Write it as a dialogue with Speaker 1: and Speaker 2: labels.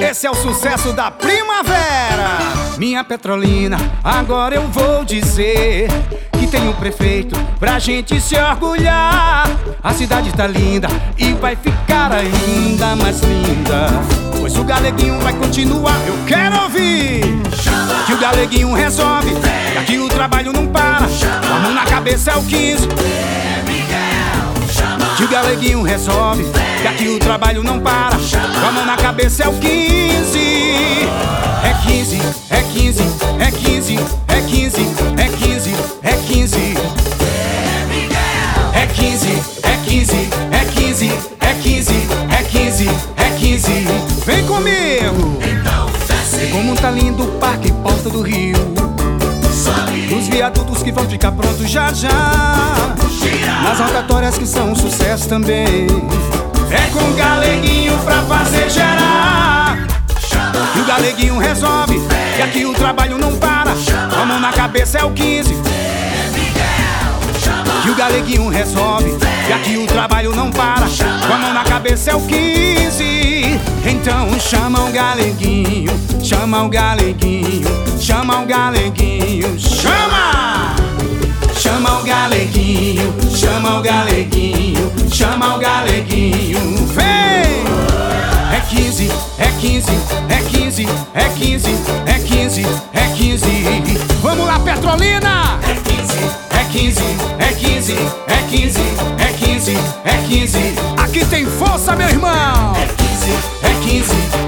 Speaker 1: Esse é o sucesso da primavera. Minha Petrolina, agora eu vou dizer que tem um prefeito pra gente se orgulhar. A cidade tá linda e vai ficar ainda mais linda, pois o Galeguinho vai continuar. Eu quero ouvir que o Galeguinho resolve, e aqui o trabalho não para. Com a mão na cabeça é o 15. Que o Galeguinho resolve, que aqui o trabalho não para. Com a mão na cabeça é o 15. É 15, é 15, é 15, é 15, é 15, é 15. É 15, é 15, é 15, é 15, é 15, é 15. Vem comigo!
Speaker 2: Então desce.
Speaker 1: Vê como tá lindo o Parque Porta do Rio, os viadutos que vão ficar prontos já já, nas rotatórias que são um sucesso também. É com o Galeguinho pra fazer gerar. E o Galeguinho resolve, e aqui o trabalho não para. Com a mão na cabeça é o 15. Que o Galeguinho resolve, e aqui o trabalho não para. Com a mão na cabeça é o 15. Então chama o Galeguinho, chama o Galeguinho, chama o Galeguinho, chama! Chama o Galeguinho, chama o Galeguinho, chama o Galeguinho, vem! É 15, é 15, é 15, é 15, é 15, é 15. Vamos lá, Petrolina!
Speaker 2: É 15,
Speaker 1: É 15, é 15, é 15, é 15, é 15. Aqui tem força, meu irmão!
Speaker 2: é 15,
Speaker 1: É 15,